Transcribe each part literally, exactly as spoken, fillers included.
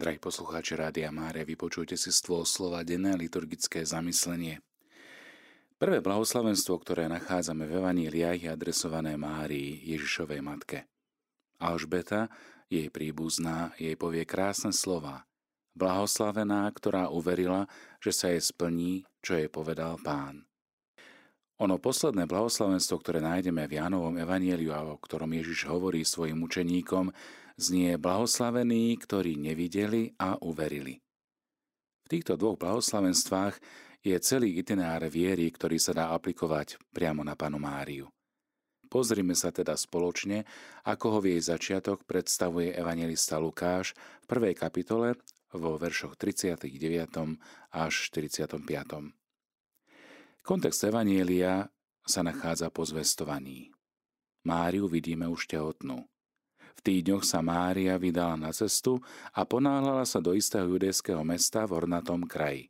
Drahí poslucháči Rádia Mária, vypočujte si stôl slova denné liturgické zamyslenie. Prvé blahoslavenstvo, ktoré nachádzame v evaníliách, je adresované Márii, Ježišovej matke. Alžbeta, jej príbuzná, jej povie krásne slová. Blahoslavená, ktorá uverila, že sa jej splní, čo jej povedal Pán. Ono posledné blahoslavenstvo, ktoré nájdeme v Jánovom evaníliu a o ktorom Ježiš hovorí svojim učeníkom, znie blahoslavení, ktorí nevideli a uverili. V týchto dvoch blahoslavenstvách je celý itinerár viery, ktorý sa dá aplikovať priamo na Pannu Máriu. Pozrime sa teda spoločne, ako ho v jej začiatok predstavuje evanjelista Lukáš v prvej kapitole vo veršoch tridsiatom deviatom až štyridsiatom piatom Kontext evanjelia sa nachádza po zvestovaní. Máriu vidíme už tehotnú. V tých dňoch sa Mária vydala na cestu a ponáhľala sa do istého judejského mesta v hornatom kraji.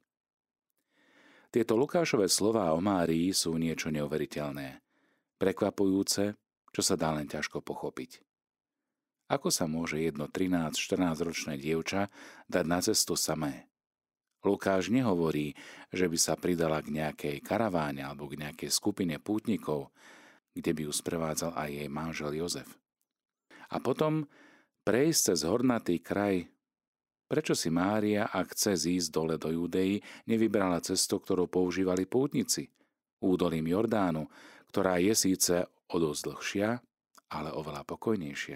Tieto Lukášove slová o Márii sú niečo neuveriteľné, prekvapujúce, čo sa dá len ťažko pochopiť. Ako sa môže jedno trinásť štrnásť ročné dievča dať na cestu samé? Lukáš nehovorí, že by sa pridala k nejakej karaváne alebo k nejakej skupine pútnikov, kde by ju sprevádzal aj jej manžel Jozef. A potom prejsť cez hornatý kraj. Prečo si Mária, ak chce zísť dole do Judei, nevybrala cestu, ktorú používali pútnici, údolím Jordánu, ktorá je síce o dosť dlhšia, ale oveľa pokojnejšia?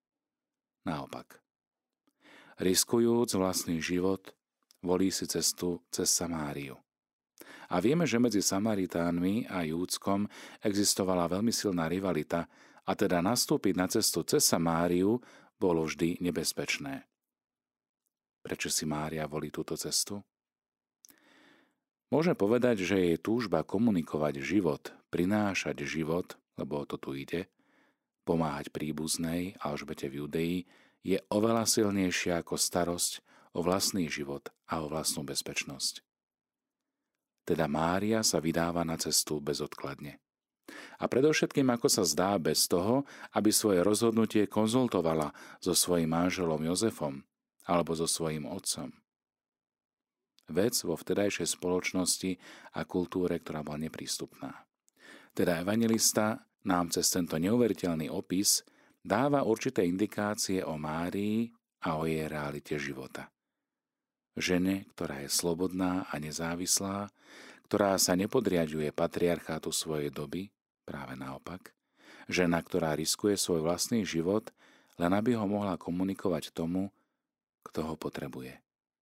Naopak. Riskujúc vlastný život, volí si cestu cez Samáriu. A vieme, že medzi Samaritánmi a Júdskom existovala veľmi silná rivalita, a teda nastúpiť na cestu cez Samáriu bolo vždy nebezpečné. Prečo si Mária volí túto cestu? Môžem povedať, že jej túžba komunikovať život, prinášať život, lebo o to tu ide, pomáhať príbuznej Alžbete v Judei, je oveľa silnejšia ako starosť o vlastný život a o vlastnú bezpečnosť. Teda Mária sa vydáva na cestu bezodkladne. A predovšetkým, ako sa zdá, bez toho, aby svoje rozhodnutie konzultovala so svojím manželom Jozefom alebo so svojím otcom. Vec vo vtedajšej spoločnosti a kultúre, ktorá bola neprístupná. Teda evanjelista nám cez tento neuveriteľný opis dáva určité indikácie o Márii a o jej realite života. Žene, ktorá je slobodná a nezávislá, ktorá sa nepodriaďuje patriarchátu svojej doby, práve naopak, žena, ktorá riskuje svoj vlastný život, len aby ho mohla komunikovať tomu, kto ho potrebuje.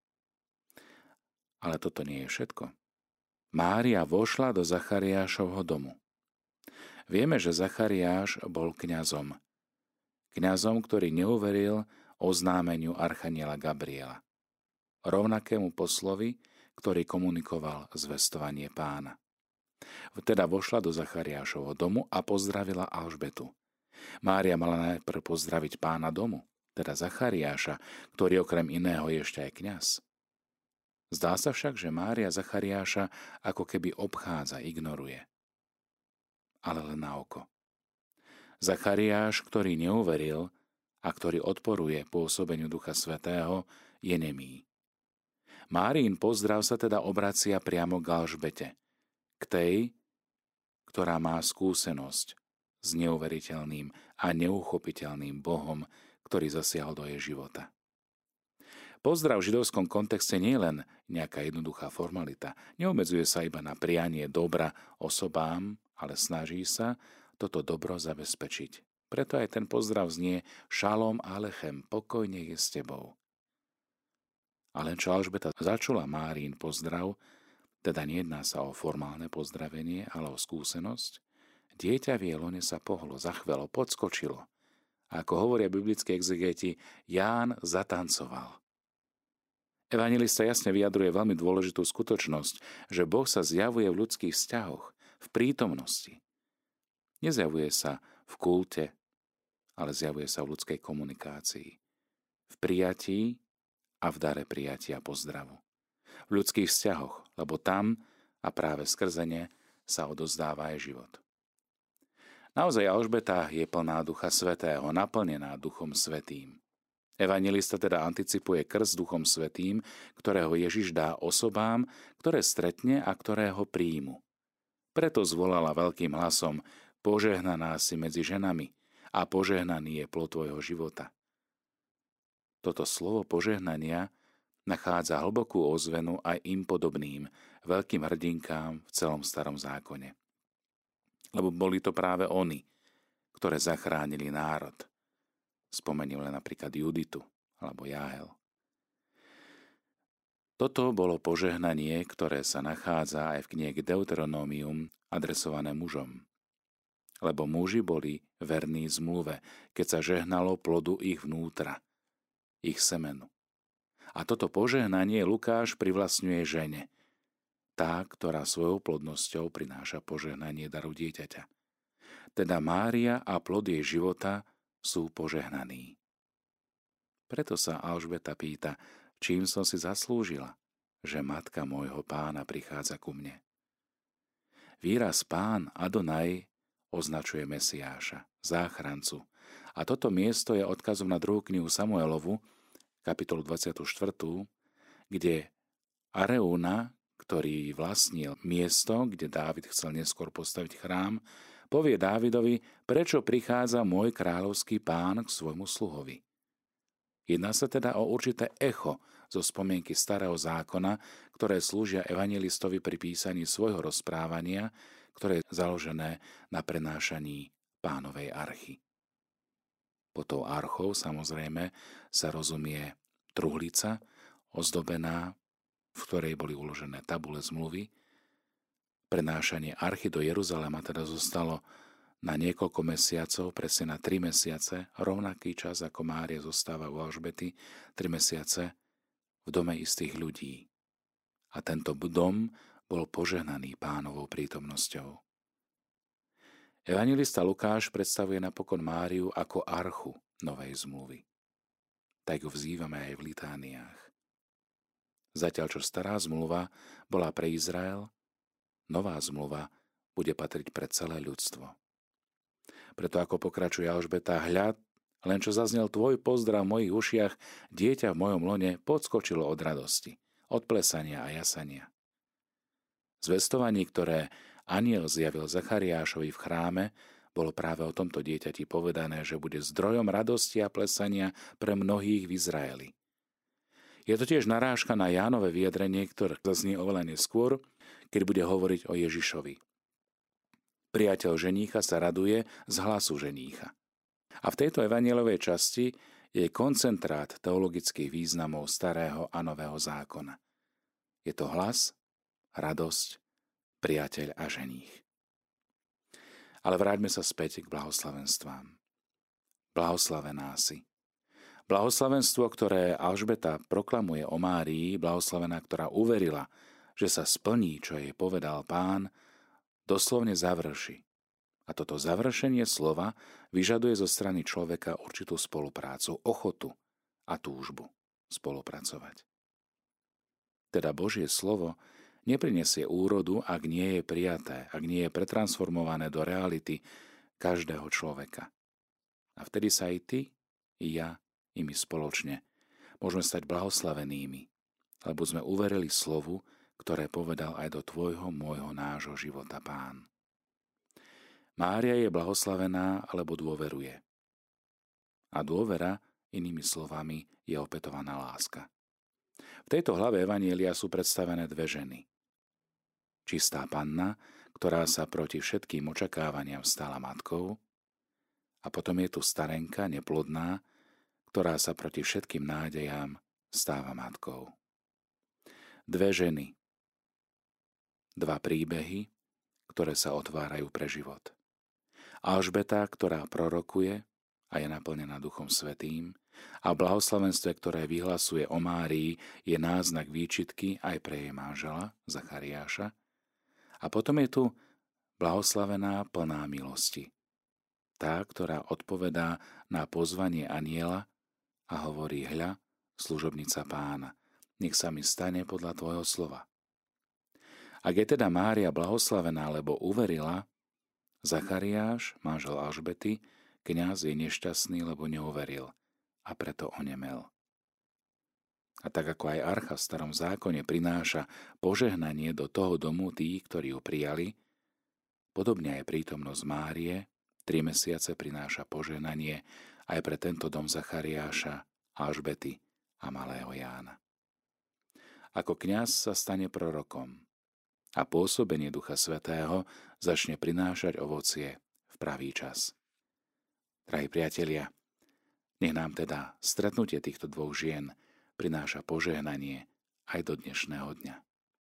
Ale toto nie je všetko. Mária vošla do Zachariášovho domu. Vieme, že Zachariáš bol kňazom. Kňazom, ktorý neuveril oznámeniu archaniela Gabriela. Rovnakému poslovi, ktorý komunikoval zvestovanie Pána. Teda vošla do Zachariášovho domu a pozdravila Alžbetu. Mária mala najprv pozdraviť Pána domu, teda Zachariáša, ktorý okrem iného je ešte aj kňaz. Zdá sa však, že Mária Zachariáša ako keby obchádza, ignoruje. Ale len na oko. Zachariáš, ktorý neuveril a ktorý odporuje pôsobeniu Ducha Svätého, je nemý. Máriin pozdrav sa teda obracia priamo k Alžbete, k tej, ktorá má skúsenosť s neuveriteľným a neuchopiteľným Bohom, ktorý zasiahol do jej života. Pozdrav v židovskom kontexte nie je len nejaká jednoduchá formalita, neobmedzuje sa iba na prianie dobra osobám, ale snaží sa toto dobro zabezpečiť. Preto aj ten pozdrav znie Šalom Alechem, pokojne je s tebou. A len čo Alžbeta začula Máriin pozdrav, teda nejedná sa o formálne pozdravenie, ale o skúsenosť, dieťa v jej lone sa pohlo, zachvelo, podskočilo. A ako hovoria biblické exegeti, Ján zatancoval. Evanjelista jasne vyjadruje veľmi dôležitú skutočnosť, že Boh sa zjavuje v ľudských vzťahoch, v prítomnosti. Nezjavuje sa v kulte, ale zjavuje sa v ľudskej komunikácii, v prijatí a v dare prijatia pozdravu. V ľudských vzťahoch, lebo tam a práve skrze ne sa odozdáva aj život. Naozaj Alžbeta je plná Ducha Svätého, naplnená Duchom Svätým. Evanjelista teda anticipuje krst Duchom Svätým, ktorého Ježiš dá osobám, ktoré stretne a ktoré ho príjmu. Preto zvolala veľkým hlasom: Požehnaná si medzi ženami a požehnaný je plod tvojho života. Toto slovo požehnania nachádza hlbokú ozvenu aj im podobným, veľkým hrdinkám v celom starom zákone. Lebo boli to práve oni, ktoré zachránili národ. Spomeniem len napríklad Juditu alebo Jáhel. Toto bolo požehnanie, ktoré sa nachádza aj v knihe Deuteronomium adresované mužom. Lebo muži boli verní zmluve, keď sa žehnalo plodu ich vnútra, ich semenu. A toto požehnanie Lukáš privlastňuje žene, tá, ktorá svojou plodnosťou prináša požehnanie daru dieťaťa. Teda Mária a plod jej života sú požehnaní. Preto sa Alžbeta pýta, čím som si zaslúžila, že matka môjho pána prichádza ku mne. Výraz pán Adonaj označuje Mesiáša, záchrancu. A toto miesto je odkazom na druhú knihu Samuelovu, kapitolu dvadsiatu štvrtú, kde Areúna, ktorý vlastnil miesto, kde Dávid chcel neskôr postaviť chrám, povie Dávidovi, prečo prichádza môj kráľovský pán k svojmu sluhovi. Jedná sa teda o určité echo zo spomienky starého zákona, ktoré slúžia evanjelistovi pri písaní svojho rozprávania, ktoré je založené na prenášaní Pánovej archy. Pod tou archou samozrejme sa rozumie truhlica, ozdobená, v ktorej boli uložené tabule zmluvy. Prenášanie archy do Jeruzalema teda zostalo na niekoľko mesiacov, presne na tri mesiace, rovnaký čas ako Mária zostáva u Alžbety, tri mesiace v dome istých ľudí. A tento dom bol požehnaný Pánovou prítomnosťou. Evanjelista Lukáš predstavuje napokon Máriu ako archu novej zmluvy. Tak ju vzývame aj v litániách. Zatiaľ, čo stará zmluva bola pre Izrael, nová zmluva bude patriť pre celé ľudstvo. Preto ako pokračuje Alžbeta, hľad, len čo zaznel tvoj pozdrav v mojich ušiach, dieťa v mojom lone podskočilo od radosti, od plesania a jasania. Zvestovanie, ktoré anjel zjavil Zachariášovi v chráme, bolo práve o tomto dieťati povedané, že bude zdrojom radosti a plesania pre mnohých v Izraeli. Je to tiež narážka na Jánove vyjadrenie, ktoré zaznie oveľa neskôr, keď bude hovoriť o Ježišovi. Priateľ ženícha sa raduje z hlasu ženícha. A v tejto evanjelovej časti je koncentrát teologických významov starého a nového zákona. Je to hlas, radosť, priateľ a ženích. Ale vráťme sa späť k blahoslavenstvám. Blahoslavená si. Blahoslavenstvo, ktoré Alžbeta proklamuje o Márii, blahoslavená, ktorá uverila, že sa splní, čo jej povedal Pán, doslovne završi. A toto završenie slova vyžaduje zo strany človeka určitú spoluprácu, ochotu a túžbu spolupracovať. Teda Božie slovo neprinesie úrodu, ak nie je prijaté, ak nie je pretransformované do reality každého človeka. A vtedy sa aj ty, i ja, i my spoločne môžeme stať blahoslavenými, lebo sme uverili slovu, ktoré povedal aj do tvojho, môjho, nášho života Pán. Mária je blahoslavená, lebo dôveruje. A dôvera, inými slovami, je opätovaná láska. V tejto hlave Evanjelia sú predstavené dve ženy. Čistá panna, ktorá sa proti všetkým očakávaniam stala matkou, a potom je tu starenka, neplodná, ktorá sa proti všetkým nádejám stáva matkou. Dve ženy, dva príbehy, ktoré sa otvárajú pre život. Alžbeta, ktorá prorokuje a je naplnená Duchom Svätým, a v blahoslavenstve, ktoré vyhlasuje o Márii, je náznak výčitky aj pre jej manžela, Zachariáša. A potom je tu blahoslavená plná milosti. Tá, ktorá odpovedá na pozvanie anjela a hovorí: hľa, služobnica Pána, nech sa mi stane podľa tvojho slova. Ak je teda Mária blahoslavená, lebo uverila, Zachariáš, manžel Alžbety, kňaz, je nešťastný, lebo neuveril a preto onemel. A tak ako aj archa v starom zákone prináša požehnanie do toho domu tých, ktorí ju prijali, podobne aj prítomnosť Márie tri mesiace prináša požehnanie aj pre tento dom Zachariáša, Alžbety a malého Jána. Ako kňaz sa stane prorokom a pôsobenie Ducha Svätého začne prinášať ovocie v pravý čas. Drahí priatelia, nech nám teda stretnutie týchto dvoch žien prináša požehnanie aj do dnešného dňa.